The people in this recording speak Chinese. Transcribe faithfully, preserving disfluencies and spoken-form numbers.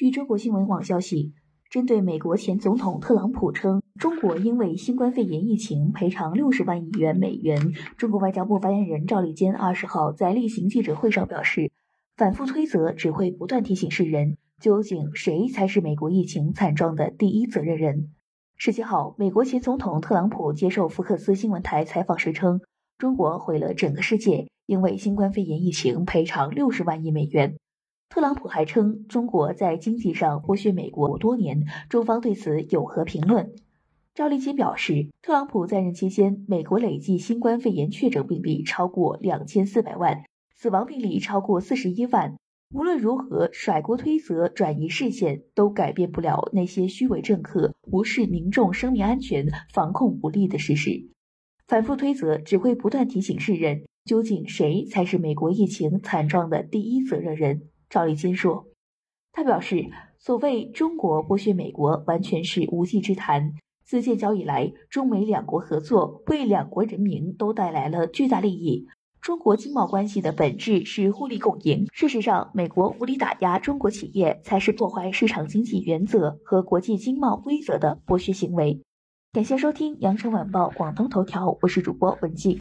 据中国新闻网消息，针对美国前总统特朗普称中国因为新冠肺炎疫情赔偿六十万亿元美元，中国外交部发言人赵立坚二十号在例行记者会上表示，反复推责只会不断提醒世人，究竟谁才是美国疫情惨状的第一责任人。十七号，美国前总统特朗普接受福克斯新闻台采访时称，中国毁了整个世界，因为新冠肺炎疫情赔偿六十万亿美元。特朗普还称，中国在经济上剥削美国多年，中方对此有何评论？赵立坚表示，特朗普在任期间，美国累计新冠肺炎确诊病例超过两千四百万，死亡病例超过四十一万。无论如何甩锅推责、转移视线，都改变不了那些虚伪政客无视民众生命安全、防控无力的事实。反复推责只会不断提醒世人，究竟谁才是美国疫情惨状的第一责任人？赵立坚说，他表示，所谓中国剥削美国，完全是无稽之谈。自建交以来，中美两国合作为两国人民都带来了巨大利益。中国经贸关系的本质是互利共赢。事实上，美国无理打压中国企业，才是破坏市场经济原则和国际经贸规则的剥削行为。感谢收听羊城晚报广东头条，我是主播文静。